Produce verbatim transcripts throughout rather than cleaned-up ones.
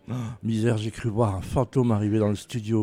Oh, misère, j'ai cru voir un fantôme arriver dans le studio.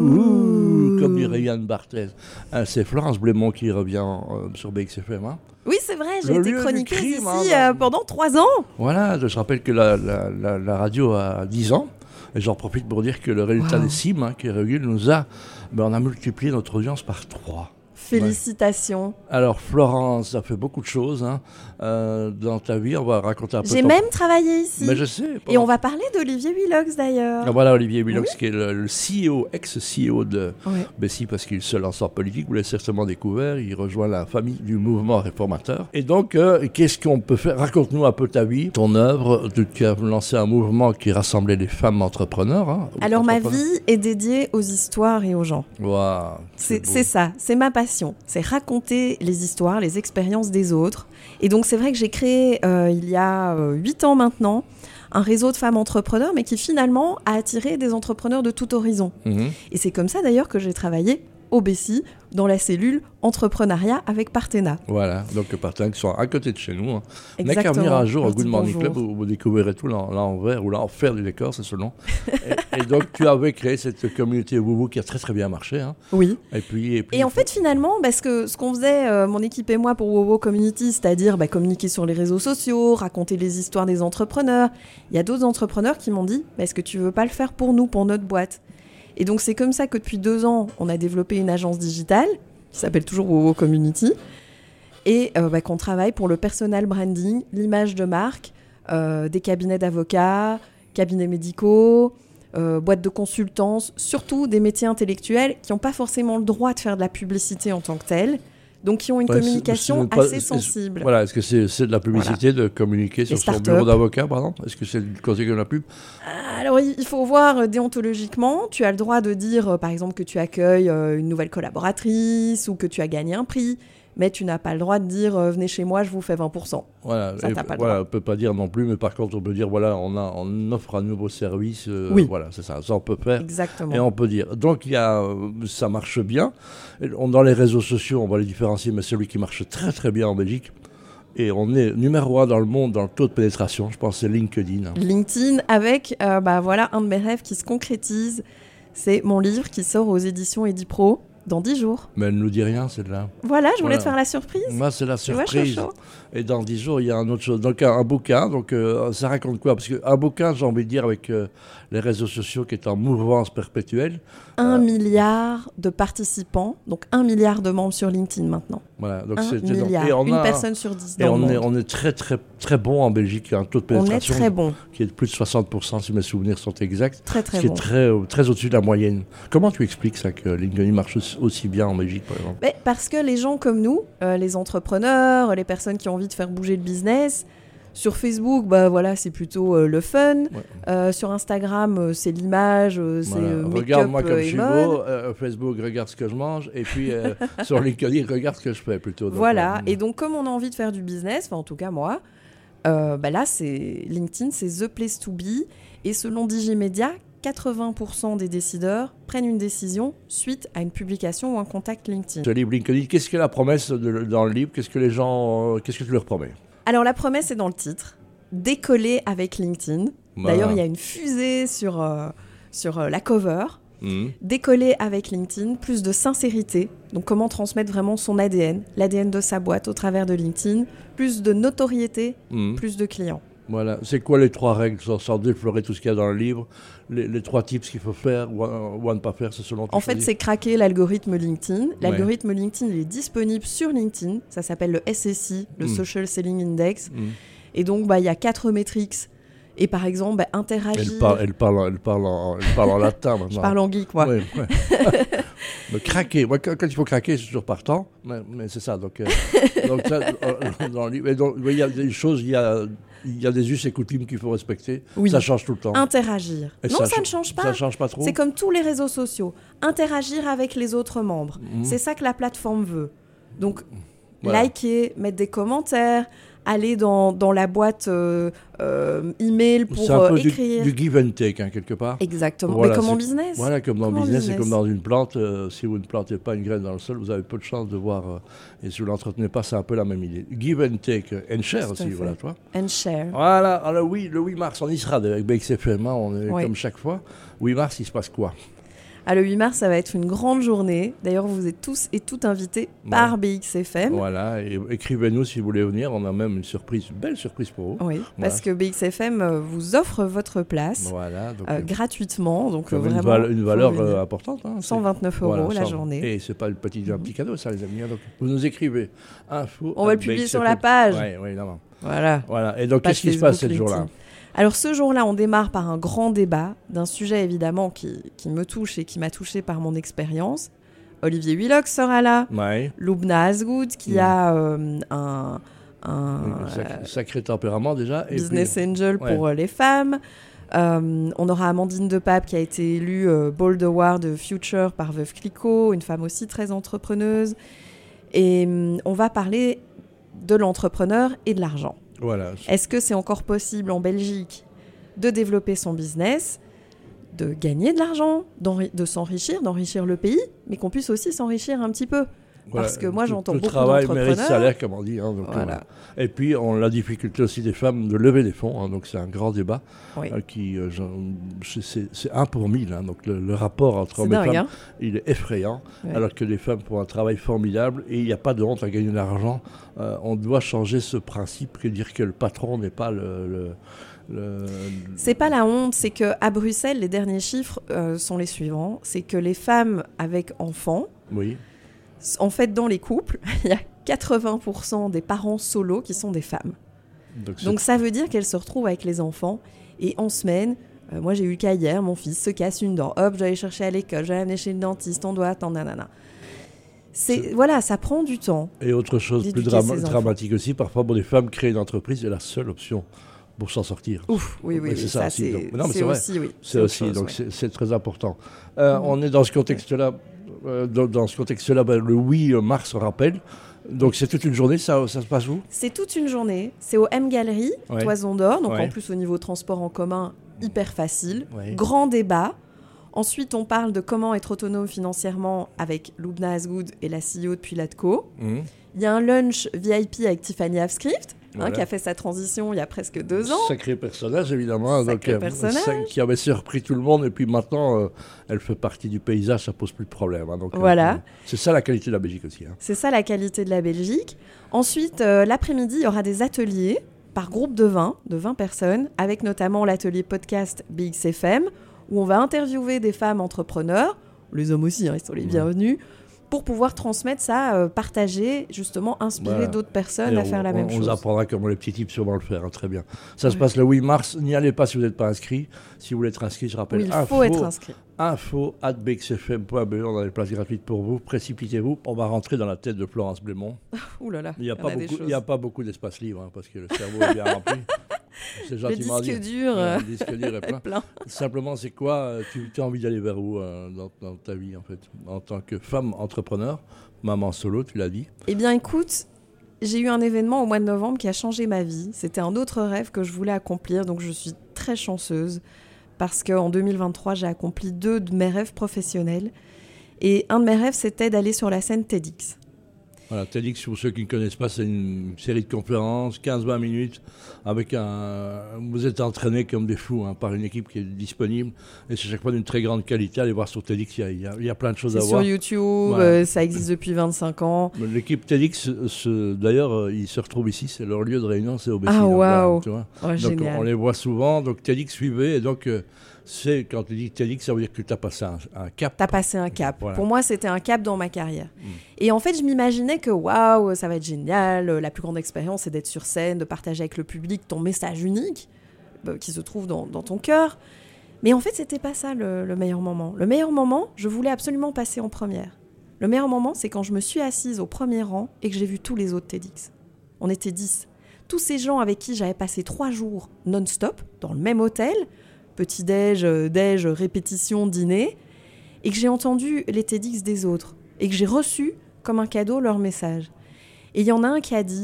Ouh, comme dirait Yann Barthès. Hein, c'est Florence Blémont qui revient euh, sur B X F M. Hein. Oui, c'est vrai, j'ai Le été lieu du chroniqueuse crime, ici hein, euh, pendant trois ans. Voilà, je rappelle que la, la, la, la radio a dix ans. Et j'en profite pour dire que le résultat Wow. des C I M, hein, qui est régulier, nous a, ben, on a multiplié notre audience par trois. Félicitations. Ouais. Alors Florence a fait beaucoup de choses hein, euh, dans ta vie. On va raconter un peu. J'ai ton... même travaillé ici. Mais je sais. Et on va parler d'Olivier Willox d'ailleurs. Ah, voilà Olivier Willox Oui. qui est le, le C E O, ex-C E O de Oui. Bessie parce qu'il se lance en politique. Vous l'avez certainement découvert. Il rejoint la famille du mouvement réformateur. Et donc, euh, qu'est-ce qu'on peut faire? Raconte-nous un peu ta vie, ton œuvre. Tu as lancé un mouvement qui rassemblait les femmes entrepreneurs. Hein, Alors ma entrepreneurs. vie est dédiée aux histoires et aux gens. Wow, C'est, beau. c'est ça, c'est ma passion. C'est raconter les histoires, les expériences des autres. Et donc c'est vrai que j'ai créé euh, il y a huit ans maintenant un réseau de femmes entrepreneurs, mais qui finalement a attiré des entrepreneurs de tout horizon. Mm-hmm. Et c'est comme ça d'ailleurs que j'ai travaillé au Bessie, dans la cellule entrepreneuriat avec Partena. Voilà, donc Partena qui sont à côté de chez nous. Hein. N'a Exactement. qu'à venir un jour au Mardi, Good Morning bonjour. Club où vous découvrirez tout l'en- l'envers ou l'enfer du décor, c'est selon. et, et donc tu avais créé cette communauté Wowo qui a très très bien marché. Hein. Oui. Et puis, et puis Et en fait, finalement, parce que ce qu'on faisait, euh, mon équipe et moi, pour Wowo Community, c'est-à-dire bah, communiquer sur les réseaux sociaux, raconter les histoires des entrepreneurs, il y a d'autres entrepreneurs qui m'ont dit bah, « Est-ce que tu veux pas le faire pour nous, pour notre boîte ?» Et donc, c'est comme ça que depuis deux ans, on a développé une agence digitale qui s'appelle toujours Wowo Community et euh, bah, qu'on travaille pour le personal branding, l'image de marque, euh, des cabinets d'avocats, cabinets médicaux, euh, boîtes de consultance, surtout des métiers intellectuels qui n'ont pas forcément le droit de faire de la publicité en tant que telle, donc qui ont une Ouais, communication c'est- c'est pas- assez est-ce- sensible. Voilà, est-ce que c'est, c'est de la publicité de communiquer sur Les son startups. bureau d'avocat, par exemple? Est-ce que c'est du conseil de la pub? Alors, il il faut voir euh, déontologiquement, tu as le droit de dire, euh, par exemple, que tu accueilles euh, une nouvelle collaboratrice ou que tu as gagné un prix, mais tu n'as pas le droit de dire euh, « venez chez moi, je vous fais vingt pour cent ». Voilà, Ça, et t'as pas le voilà, droit. on ne peut pas dire non plus, mais par contre, on peut dire voilà, on, a, on offre un nouveau service. euh, Oui. Voilà, c'est ça, ça on peut faire. Exactement. Et on peut dire. Donc, il y a, euh, ça marche bien. Et on- dans les réseaux sociaux, on va les différencier, mais celui qui marche très très bien en Belgique, et on est numéro un dans le monde dans le taux de pénétration, je pense que c'est LinkedIn. LinkedIn avec, euh, bah, voilà, un de mes rêves qui se concrétise. C'est mon livre qui sort aux éditions Edipro dans dix jours. Mais elle ne nous dit rien, celle-là. Voilà, je voulais Voilà. te faire la surprise. Moi, c'est la Tu vois, surprise. Chocho. Et dans dix jours, il y a un autre chose. Donc, un, un bouquin, donc, euh, ça raconte quoi? Parce qu'un bouquin, j'ai envie de dire, avec euh, les réseaux sociaux qui est en mouvance perpétuelle. Un Euh, milliard de participants, donc un milliard de membres sur LinkedIn maintenant. Voilà, donc Un c'est- donc- milliard, et on une a- personne sur dix Et dans on le est, monde. on est très, très, très bon en Belgique. Il y a un taux de On est pénétration très bon, qui est de plus de soixante pour cent, si mes souvenirs sont exacts. très Ce très qui bon. est très, euh, très au-dessus de la moyenne. Comment tu expliques ça, que LinkedIn marche aussi- aussi bien en Belgique, par exemple? Mais parce que les gens comme nous, euh, les entrepreneurs, les personnes qui ont envie de faire bouger le business, sur Facebook, bah voilà, c'est plutôt euh, le fun. Ouais. Euh, sur Instagram, euh, c'est l'image, euh, c'est Voilà. euh, make-up Regarde-moi comme euh, je et suis mode. beau. euh, Facebook, regarde ce que je mange. Et puis, euh, sur LinkedIn, regarde ce que je fais plutôt. Donc, Voilà, euh, et donc comme on a envie de faire du business, enfin en tout cas moi, euh, bah là c'est LinkedIn, c'est the place to be. Et selon Digimedia, quatre-vingts pour cent des décideurs prennent une décision suite à une publication ou un contact LinkedIn. Ce livre LinkedIn, qu'est-ce que la promesse de- dans le livre? Qu'est-ce que les gens, euh, qu'est-ce que tu leur promets? Alors la promesse est dans le titre, décoller avec LinkedIn. Voilà. D'ailleurs il y a une fusée sur, euh, sur euh, la cover. Mhm. Décoller avec LinkedIn, plus de sincérité, donc comment transmettre vraiment son A D N, l'A D N de sa boîte au travers de LinkedIn, plus de notoriété, Mhm. plus de clients. Voilà. C'est quoi les trois règles, sans, sans déflorer tout ce qu'il y a dans le livre? Les, les trois tips qu'il faut faire ou à, ou à ne pas faire, c'est selon En fait, c'est craquer l'algorithme LinkedIn. L'algorithme LinkedIn, il est disponible sur LinkedIn. Ça s'appelle le S S I, le Mm. Social Selling Index. Mm. Et donc, bah, il y a quatre métriques. Et par exemple, bah, interagir. Elle parle, elle, parle, en- elle, parle en, elle parle en latin maintenant. Je parle en geek, moi. Ouais, ouais. Donc, craquer. Moi, quand, quand il faut craquer, je suis toujours partant. Mais, mais c'est ça. Donc, euh, donc ça, euh, dans le livre- et donc, oui, il y a des choses, il y a, il y a des us et coutumes qu'il faut respecter. Oui. Ça change tout le temps. Interagir. Et non, ça, cha- ne change pas. Ça change pas trop. C'est comme tous les réseaux sociaux. Interagir avec les autres membres. Mhm. C'est ça que la plateforme veut. Donc, Voilà. liker, mettre des commentaires, aller dans, dans la boîte euh, euh, email pour c'est un peu euh, écrire. Du, du give and take, hein, quelque part. Exactement, Voilà, mais comme c'est, en business. Voilà, comme dans comme le business, business. c'est comme dans une plante. Euh, si vous ne plantez pas une graine dans le sol, vous avez peu de chances de voir. Euh, et si vous ne l'entretenez pas, c'est un peu la même idée. Give and take, euh, and share Tout aussi, à fait. voilà, toi. And share. Voilà, alors oui, le huit mars, on y sera avec B X F M, hein, on est Oui. comme chaque fois. huit mars, il se passe quoi? Ah, le huit mars, ça va être une grande journée. D'ailleurs, vous êtes tous et toutes invités ouais. par B X F M. Voilà, et écrivez-nous si vous voulez venir. On a même une surprise, une belle surprise pour vous. Oui, voilà. Parce que B X F M euh, vous offre votre place voilà, donc, euh, gratuitement. Donc euh, vraiment, une, val- une valeur euh, importante. Hein, cent vingt-neuf euros voilà, la cent... journée. Et c'est pas le petit, mm-hmm. un petit cadeau, ça, les amis. Donc, vous nous écrivez. Info On va le publier sur la page. Oui, oui, évidemment. Voilà. voilà. Et donc, page qu'est-ce qui Facebook, se passe ce jour-là? Alors ce jour-là, on démarre par un grand débat d'un sujet évidemment qui, qui me touche et qui m'a touché par mon expérience. Olivier Willox sera là, ouais. Lubna Azgoud qui mmh. a euh, un, un sacré, euh, sacré tempérament déjà. Et business puis, angel ouais. pour euh, les femmes. Euh, on aura Amandine Depape qui a été élue euh, Bold Award Future par Veuve Clicquot, une femme aussi très entrepreneuse. Et euh, on va parler de l'entrepreneur et de l'argent. Voilà. Est-ce que c'est encore possible en Belgique de développer son business, de gagner de l'argent, de s'enrichir, d'enrichir le pays, mais qu'on puisse aussi s'enrichir un petit peu? Voilà. Parce que moi, j'entends tout, beaucoup travail d'entrepreneurs... mérite salaire, comme on dit. Hein, donc, voilà. euh, et puis, on a la difficulté aussi des femmes de lever des fonds. Hein, donc, c'est un grand débat. Oui. Euh, qui, euh, genre, c'est, c'est un pour mille. Hein, donc, le, le rapport entre hommes dingue, et femmes, hein, il est effrayant. Ouais. Alors que les femmes font un travail formidable. Et il n'y a pas de honte à gagner de l'argent. Euh, on doit changer ce principe que dire que le patron n'est pas le... le Le... C'est pas la honte, c'est qu'à Bruxelles, les derniers chiffres euh, sont les suivants. C'est que les femmes avec enfants, oui. en fait, dans les couples, il y a quatre-vingts pour cent des parents solos qui sont des femmes. Donc, Donc ça veut dire qu'elles se retrouvent avec les enfants. Et en semaine, euh, moi j'ai eu le cas hier, mon fils se casse une dent. Hop, je dois aller chercher à l'école, je dois l'amener chez le dentiste, on doit attendre, nanana. C'est, c'est... Voilà, ça prend du temps. Et autre chose plus drama- dramatique aussi, parfois pour les femmes, créer une entreprise est la seule option pour s'en sortir. Ouf, oui, oui, c'est oui, ça, ça aussi. c'est, donc, non, mais c'est, c'est aussi, oui. C'est, c'est aussi, chose, donc oui. c'est, c'est très important. Euh, mmh. On est dans ce contexte-là, euh, dans, dans ce contexte-là, ben, le huit mars se rappelle. Donc c'est toute une journée, ça, ça se passe où? C'est toute une journée. C'est au M Galerie, ouais. Toison d'Or. Donc ouais. en plus au niveau transport en commun, hyper facile. Ouais. Grand débat. Ensuite, on parle de comment être autonome financièrement avec Lubna Azgoud et la C E O de Puilatco. Mmh. Il y a un lunch V I P avec Tiffany Avskrift. Voilà. Hein, qui a fait sa transition il y a presque deux ans. Sacré personnage, évidemment. Sacré donc, personnage. Euh, qui avait surpris tout le monde. Et puis maintenant, euh, elle fait partie du paysage, ça pose plus de problème. Hein, donc, voilà. Euh, c'est ça la qualité de la Belgique aussi. Hein. C'est ça la qualité de la Belgique. Ensuite, euh, l'après-midi, il y aura des ateliers par groupe de vingt, de vingt personnes, avec notamment l'atelier podcast B X F M, où on va interviewer des femmes entrepreneurs, les hommes aussi, hein, ils sont les bienvenus, pour pouvoir transmettre ça, euh, partager, justement, inspirer voilà. d'autres personnes et à on, faire la on, même on chose. On vous apprendra comment les petits types sûrement le faire, hein, très bien. Ça oui. se passe le huit mars, n'y allez pas si vous n'êtes pas inscrit. Si vous voulez être inscrit, je rappelle, oui, il info, faut être inscrit. info arobase b x f m point b e, on a des places gratuites pour vous, précipitez-vous. On va rentrer dans la tête de Florence Blémont. Ouh là là, il n'y a, a, a pas beaucoup d'espace libre, hein, parce que le cerveau est bien rempli. C'est gentiment le disque dit. dur, ouais, le disque dur est plein. plein. Simplement, c'est quoi tu, tu as envie d'aller vers où euh, dans, dans ta vie, en fait, en tant que femme entrepreneur, maman solo, tu l'as dit? Eh bien, écoute, j'ai eu un événement au mois de novembre qui a changé ma vie. C'était un autre rêve que je voulais accomplir, donc je suis très chanceuse parce qu'en deux mille vingt-trois, j'ai accompli deux de mes rêves professionnels. Et un de mes rêves, c'était d'aller sur la scène TEDx. Voilà, TEDx, pour ceux qui ne connaissent pas, c'est une série de conférences, quinze à vingt minutes, avec un... Vous êtes entraînés comme des fous hein, par une équipe qui est disponible, et c'est chaque fois d'une très grande qualité. Allez voir sur TEDx, il y a, il y a, il y a plein de choses c'est à voir. Sur YouTube, ouais. euh, ça existe depuis vingt-cinq ans. L'équipe TEDx, se, d'ailleurs, ils se retrouvent ici, c'est leur lieu de réunion, c'est au Bessie. Ah, waouh wow. oh, Donc génial. On, on les voit souvent, donc TEDx, suivez, et donc... Euh, c'est quand tu dis TEDx, ça veut dire que tu as passé un, un cap. Tu as passé un cap. Voilà. Pour moi, c'était un cap dans ma carrière. Mmh. Et en fait, je m'imaginais que waouh, ça va être génial. La plus grande expérience, c'est d'être sur scène, de partager avec le public ton message unique bah, qui se trouve dans, dans ton cœur. Mais en fait, c'était pas ça le, le meilleur moment. Le meilleur moment, je voulais absolument passer en première. Le meilleur moment, c'est quand je me suis assise au premier rang et que j'ai vu tous les autres TEDx. On était dix. Tous ces gens avec qui j'avais passé trois jours non-stop dans le même hôtel, petit-déj, déj, répétition, dîner, et que j'ai entendu les TEDx des autres, et que j'ai reçu comme un cadeau leur message. Et il y en a un qui a dit «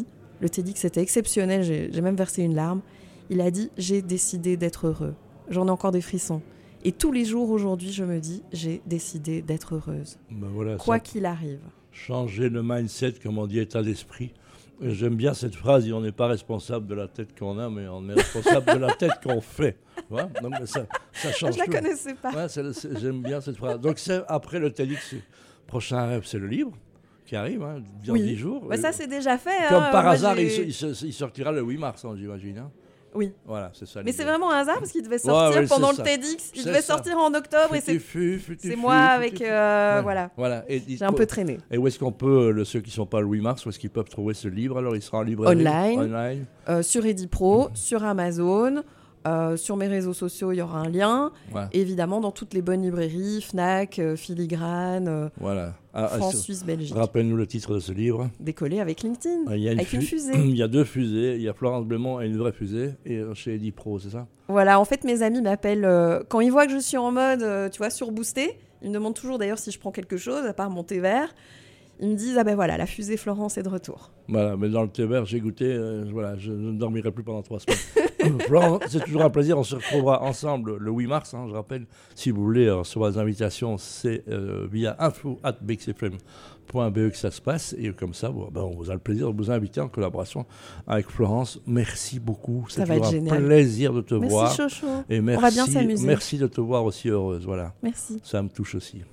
Le TEDx était exceptionnel, j'ai, j'ai même versé une larme. Il a dit « J'ai décidé d'être heureux ». J'en ai encore des frissons. Et tous les jours aujourd'hui, je me dis « J'ai décidé d'être heureuse Ben voilà, ». Quoi ça, qu'il arrive. changer le mindset, comme on dit, état d'esprit. J'aime bien cette phrase, on n'est pas responsable de la tête qu'on a, mais on est responsable de la tête qu'on fait. Ouais, non, mais ça, ça change Je la tout. connaissais pas. Ouais, c'est, c'est, j'aime bien cette phrase. Donc c'est, après le TEDx, c'est- prochain rêve, c'est le livre qui arrive, hein, dans Oui. dix jours. Bah, ça, c'est déjà fait. Comme hein. par Moi, hasard, il, j'ai- se- il se- il sortira le huit mars, hein, j'imagine. Hein. Oui. Voilà, c'est ça. Mais l'idée. c'est vraiment un hasard parce qu'il devait sortir ouais, pendant c'est le ça. TEDx. Il C'est devait ça. sortir en octobre et c'est, Futu, futu, c'est futu, moi futu, avec... futu. euh, Ouais. Voilà. Voilà. Et, J'ai un peu traîné. Et où est-ce qu'on peut, le, ceux qui ne sont pas le huit mars, où est-ce qu'ils peuvent trouver ce livre? Alors, il sera en librairie Online. Online. Euh, sur Edipro, sur Amazon, euh, sur mes réseaux sociaux, il y aura un lien. Ouais. Évidemment, dans toutes les bonnes librairies, Fnac, euh, Filigrane, euh, Voilà. Ah, ah, France, c'est- Suisse, Belgique. Rappelle-nous le titre de ce livre. Décoller avec LinkedIn, Ah, il y a une avec fu- une fusée. Il y a deux fusées. Il y a Florence Blémont et une vraie fusée. Et euh, chez Edipro, c'est ça? Voilà, en fait, mes amis m'appellent euh, quand ils voient que je suis en mode, euh, tu vois, surboostée. Ils me demandent toujours d'ailleurs si je prends quelque chose, à part mon thé vert. Ils me disent, ah ben voilà, la fusée Florence est de retour. Voilà, mais dans le thé vert, j'ai goûté. euh, voilà, je ne dormirai plus pendant trois semaines. Florence, c'est toujours un plaisir. On se retrouvera ensemble le huit mars. Hein, je rappelle, si vous voulez recevoir des invitations, c'est euh, via info arobase b x f m point b e que ça se passe. Et comme ça, bon, ben, on vous a le plaisir de vous inviter en collaboration avec Florence. Merci beaucoup. Ça C'est va toujours être un génial. plaisir de te Merci voir. Chocho. Et merci, On va bien s'amuser. merci de te voir aussi heureuse. Voilà, Merci. ça me touche aussi.